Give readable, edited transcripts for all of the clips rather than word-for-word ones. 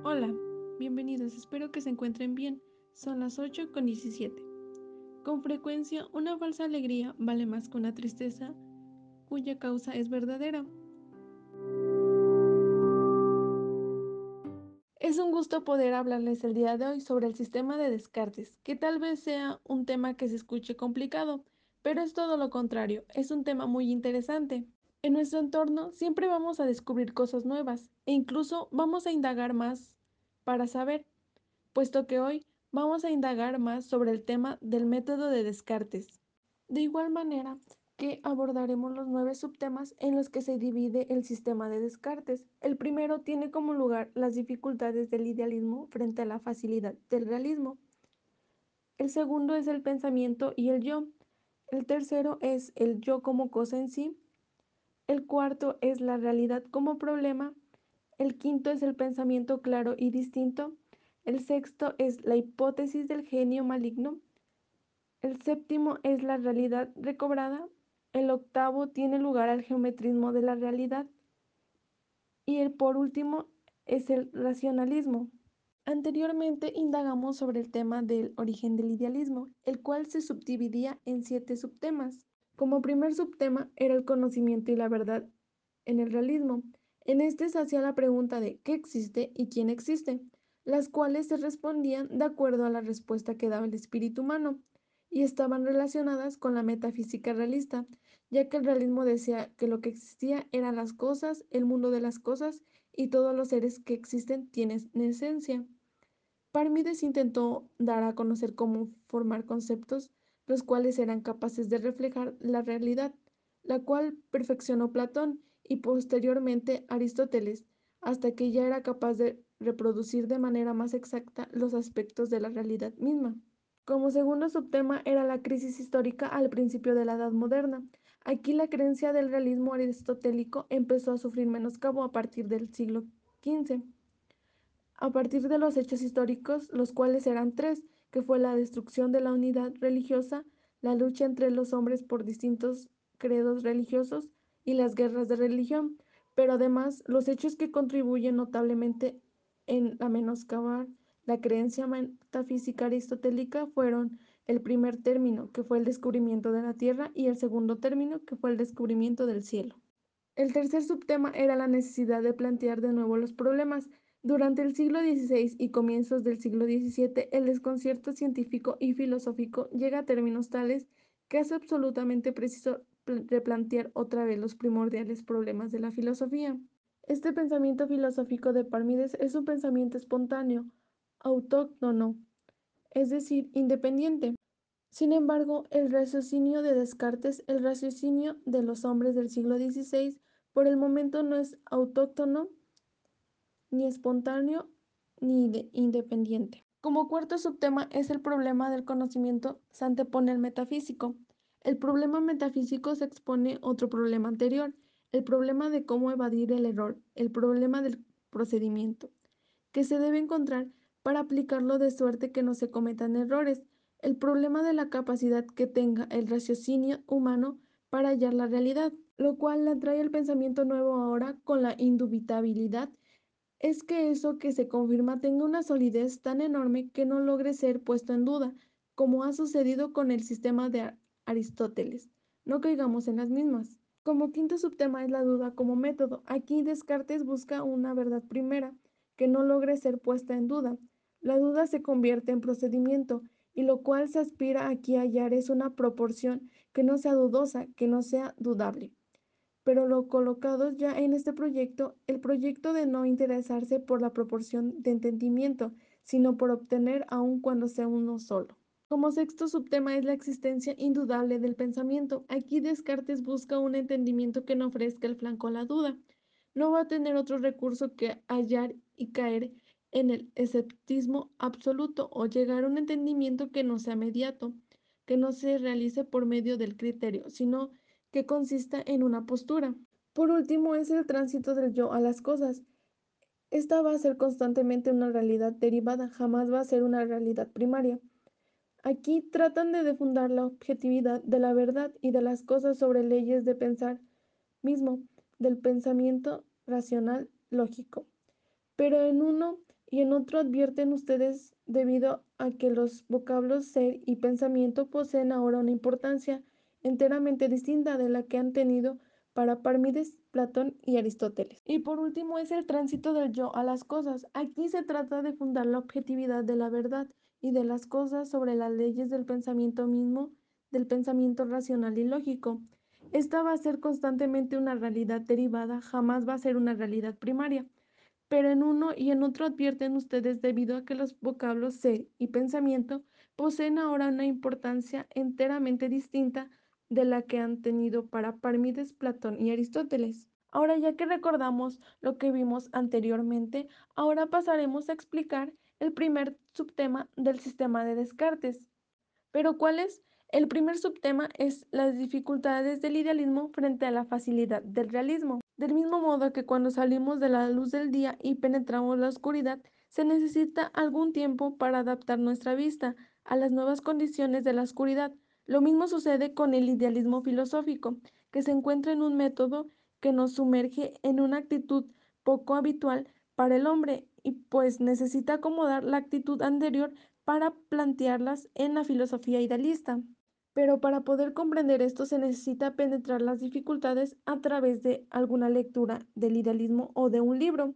Hola, bienvenidos, espero que se encuentren bien. Son las 8:17. Con frecuencia, una falsa alegría vale más que una tristeza cuya causa es verdadera. Es un gusto poder hablarles el día de hoy sobre el sistema de Descartes, que tal vez sea un tema que se escuche complicado, pero es todo lo contrario, es un tema muy interesante. En nuestro entorno siempre vamos a descubrir cosas nuevas e incluso vamos a indagar más para saber, puesto que hoy vamos a indagar más sobre el tema del método de Descartes. De igual manera que abordaremos los 9 subtemas en los que se divide el sistema de Descartes. El primero tiene como lugar las dificultades del idealismo frente a la facilidad del realismo. El segundo es el pensamiento y el yo. El tercero es el yo como cosa en sí. El cuarto es la realidad como problema. El quinto es el pensamiento claro y distinto. El sexto es la hipótesis del genio maligno. El séptimo es la realidad recobrada. El octavo tiene lugar al geometrismo de la realidad. Y el por último es el racionalismo. Anteriormente indagamos sobre el tema del origen del idealismo, el cual se subdividía en 7 subtemas. Como primer subtema era el conocimiento y la verdad en el realismo. En este se hacía la pregunta de ¿qué existe y quién existe?, las cuales se respondían de acuerdo a la respuesta que daba el espíritu humano, y estaban relacionadas con la metafísica realista, ya que el realismo decía que lo que existía eran las cosas, el mundo de las cosas, y todos los seres que existen tienen esencia. Parménides intentó dar a conocer cómo formar conceptos, los cuales eran capaces de reflejar la realidad, la cual perfeccionó Platón y posteriormente Aristóteles, hasta que ya era capaz de reproducir de manera más exacta los aspectos de la realidad misma. Como segundo subtema era la crisis histórica al principio de la Edad Moderna. Aquí la creencia del realismo aristotélico empezó a sufrir menoscabo a partir del siglo XV, a partir de los hechos históricos, los cuales eran tres, que fue la destrucción de la unidad religiosa, la lucha entre los hombres por distintos credos religiosos y las guerras de religión, pero además los hechos que contribuyen notablemente en la menoscabar la creencia metafísica aristotélica fueron el primer término, que fue el descubrimiento de la tierra, y el segundo término, que fue el descubrimiento del cielo. El tercer subtema era la necesidad de plantear de nuevo los problemas. Durante el siglo XVI y comienzos del siglo XVII, el desconcierto científico y filosófico llega a términos tales que es absolutamente preciso replantear otra vez los primordiales problemas de la filosofía. Este pensamiento filosófico de Parménides es un pensamiento espontáneo, autóctono, es decir, independiente. Sin embargo, el raciocinio de Descartes, el raciocinio de los hombres del siglo XVI, por el momento no es autóctono, ni espontáneo, ni independiente. Como cuarto subtema es el problema del conocimiento, se antepone al metafísico. El problema metafísico se expone otro problema anterior, el problema de cómo evadir el error, el problema del procedimiento que se debe encontrar para aplicarlo de suerte que no se cometan errores, el problema de la capacidad que tenga el raciocinio humano para hallar la realidad, lo cual la trae el pensamiento nuevo ahora con la indubitabilidad, es que eso que se confirma tenga una solidez tan enorme que no logre ser puesto en duda, como ha sucedido con el sistema de Aristóteles. No caigamos en las mismas. Como quinto subtema es la duda como método. Aquí Descartes busca una verdad primera, que no logre ser puesta en duda. La duda se convierte en procedimiento, y lo cual se aspira aquí a hallar es una proporción que no sea dudosa, que no sea dudable. Pero lo colocados ya en este proyecto, el proyecto de no interesarse por la proporción de entendimiento, sino por obtener aun cuando sea uno solo. Como sexto subtema es la existencia indudable del pensamiento. Aquí Descartes busca un entendimiento que no ofrezca el flanco a la duda. No va a tener otro recurso que hallar y caer en el escepticismo absoluto o llegar a un entendimiento que no sea mediato, que no se realice por medio del criterio, sino que consista en una postura. Por último es el tránsito del yo a las cosas. Esta va a ser constantemente una realidad derivada, jamás va a ser una realidad primaria. Aquí tratan de fundar la objetividad de la verdad y de las cosas sobre leyes de pensar mismo, del pensamiento racional lógico, pero en uno y en otro advierten ustedes debido a que los vocablos ser y pensamiento poseen ahora una importancia enteramente distinta de la que han tenido para Parménides, Platón y Aristóteles. Y por último es el tránsito del yo a las cosas. Aquí se trata de fundar la objetividad de la verdad y de las cosas sobre las leyes del pensamiento mismo, del pensamiento racional y lógico. Esta va a ser constantemente una realidad derivada, jamás va a ser una realidad primaria. Pero en uno y en otro advierten ustedes debido a que los vocablos ser y pensamiento poseen ahora una importancia enteramente distinta de la que han tenido para Parménides, Platón y Aristóteles. Ahora ya que recordamos lo que vimos anteriormente, ahora pasaremos a explicar el primer subtema del sistema de Descartes. Pero ¿cuál es? El primer subtema es las dificultades del idealismo frente a la facilidad del realismo. Del mismo modo que cuando salimos de la luz del día y penetramos la oscuridad, se necesita algún tiempo para adaptar nuestra vista a las nuevas condiciones de la oscuridad. Lo mismo sucede con el idealismo filosófico, que se encuentra en un método que nos sumerge en una actitud poco habitual para el hombre y pues necesita acomodar la actitud anterior para plantearlas en la filosofía idealista. Pero para poder comprender esto se necesita penetrar las dificultades a través de alguna lectura del idealismo o de un libro.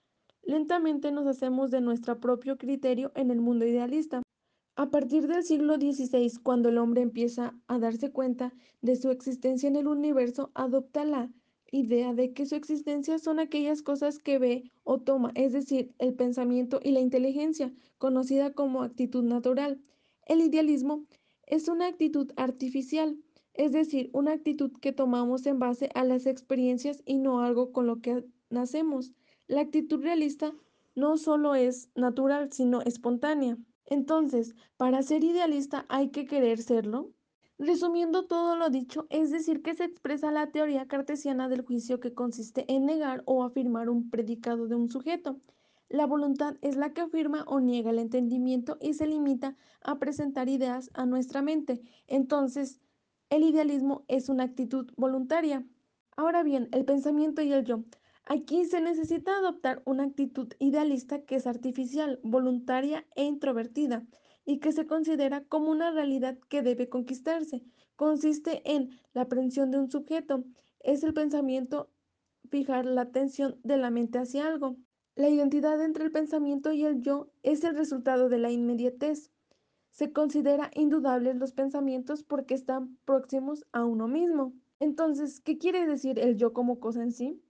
Lentamente nos hacemos de nuestro propio criterio en el mundo idealista. A partir del siglo XVI, cuando el hombre empieza a darse cuenta de su existencia en el universo, adopta la idea de que su existencia son aquellas cosas que ve o toma, es decir, el pensamiento y la inteligencia, conocida como actitud natural. El idealismo es una actitud artificial, es decir, una actitud que tomamos en base a las experiencias y no algo con lo que nacemos. La actitud realista no solo es natural, sino espontánea. Entonces, para ser idealista hay que querer serlo. Resumiendo todo lo dicho, es decir, que se expresa la teoría cartesiana del juicio que consiste en negar o afirmar un predicado de un sujeto. La voluntad es la que afirma o niega el entendimiento y se limita a presentar ideas a nuestra mente. Entonces, el idealismo es una actitud voluntaria. Ahora bien, el pensamiento y el yo. Aquí se necesita adoptar una actitud idealista que es artificial, voluntaria e introvertida y que se considera como una realidad que debe conquistarse. Consiste en la aprehensión de un sujeto. Es el pensamiento fijar la atención de la mente hacia algo. La identidad entre el pensamiento y el yo es el resultado de la inmediatez. Se considera indudables los pensamientos porque están próximos a uno mismo. Entonces, ¿qué quiere decir el yo como cosa en sí?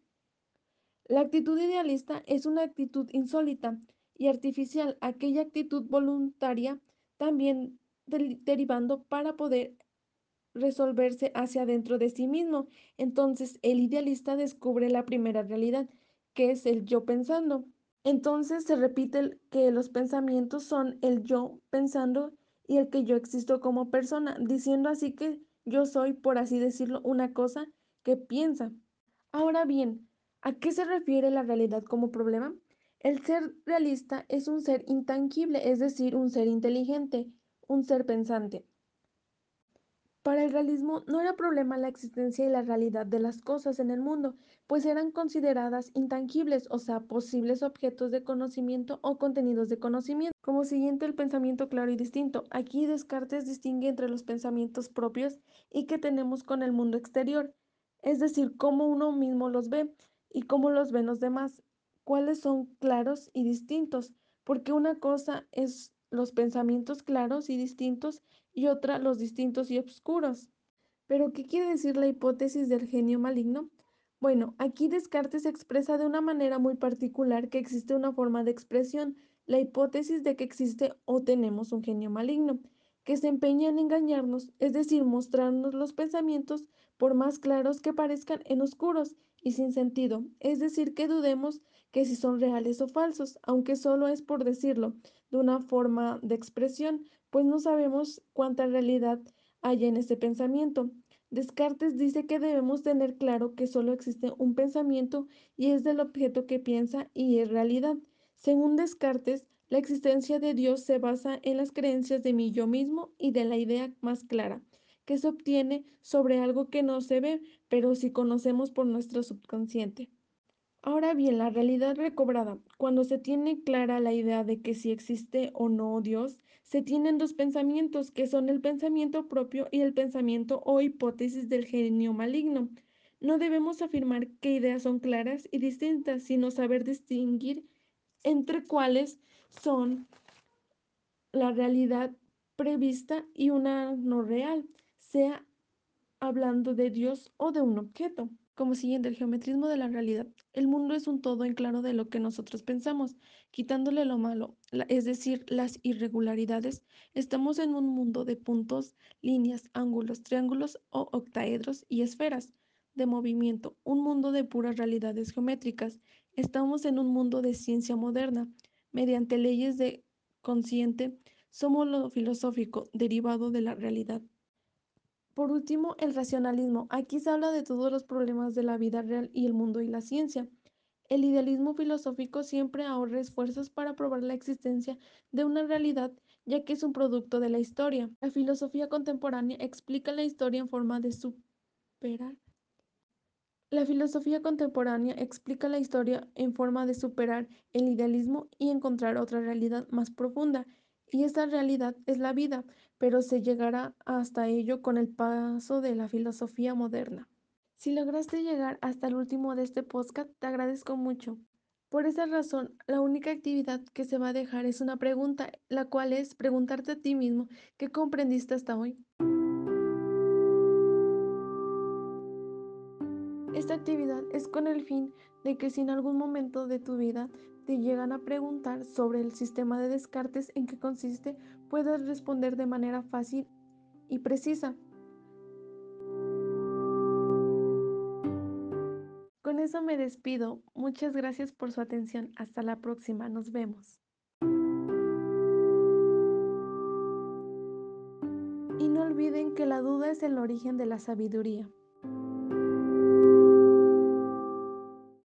La actitud idealista es una actitud insólita y artificial, aquella actitud voluntaria también derivando para poder resolverse hacia dentro de sí mismo. Entonces, el idealista descubre la primera realidad, que es el yo pensando. Entonces se repite que los pensamientos son el yo pensando y el que yo existo como persona, diciendo así que yo soy, por así decirlo, una cosa que piensa. Ahora bien, ¿a qué se refiere la realidad como problema? El ser realista es un ser intangible, es decir, un ser inteligente, un ser pensante. Para el realismo no era problema la existencia y la realidad de las cosas en el mundo, pues eran consideradas intangibles, o sea, posibles objetos de conocimiento o contenidos de conocimiento. Como siguiente, el pensamiento claro y distinto. Aquí Descartes distingue entre los pensamientos propios y que tenemos con el mundo exterior, es decir, cómo uno mismo los ve y cómo los ven los demás, cuáles son claros y distintos, porque una cosa es los pensamientos claros y distintos y otra los distintos y oscuros. Pero, ¿qué quiere decir la hipótesis del genio maligno? Bueno, aquí Descartes expresa de una manera muy particular que existe una forma de expresión, la hipótesis de que existe o tenemos un genio maligno, que se empeña en engañarnos, es decir, mostrarnos los pensamientos por más claros que parezcan en oscuros y sin sentido, es decir, que dudemos que si son reales o falsos, aunque solo es por decirlo, de una forma de expresión, pues no sabemos cuánta realidad hay en ese pensamiento. Descartes dice que debemos tener claro que solo existe un pensamiento y es del objeto que piensa y es realidad. Según Descartes, la existencia de Dios se basa en las creencias de mi yo mismo y de la idea más clara, que se obtiene sobre algo que no se ve, pero sí conocemos por nuestro subconsciente. Ahora bien, la realidad recobrada, cuando se tiene clara la idea de que si existe o no Dios, se tienen dos pensamientos, que son el pensamiento propio y el pensamiento o hipótesis del genio maligno. No debemos afirmar qué ideas son claras y distintas, sino saber distinguir entre cuáles son la realidad prevista y una no real, sea hablando de Dios o de un objeto. Como siguiente, el geometrismo de la realidad. El mundo es un todo en claro de lo que nosotros pensamos, quitándole lo malo, es decir, las irregularidades. Estamos en un mundo de puntos, líneas, ángulos, triángulos o octaedros y esferas de movimiento, un mundo de puras realidades geométricas. Estamos en un mundo de ciencia moderna, mediante leyes de consciente, somos lo filosófico derivado de la realidad. Por último, el racionalismo. Aquí se habla de todos los problemas de la vida real y el mundo y la ciencia. El idealismo filosófico siempre ahorra esfuerzos para probar la existencia de una realidad, ya que es un producto de la historia. La filosofía contemporánea explica la historia en forma de superar. La filosofía contemporánea explica la historia en forma de superar el idealismo y encontrar otra realidad más profunda, y esa realidad es la vida, pero se llegará hasta ello con el paso de la filosofía moderna. Si lograste llegar hasta el último de este podcast, te agradezco mucho. Por esa razón, la única actividad que se va a dejar es una pregunta, la cual es preguntarte a ti mismo qué comprendiste hasta hoy. Esta actividad es con el fin de que si en algún momento de tu vida te llegan a preguntar sobre el sistema de Descartes en qué consiste, puedas responder de manera fácil y precisa. Con eso me despido. Muchas gracias por su atención. Hasta la próxima. Nos vemos. Y no olviden que la duda es el origen de la sabiduría.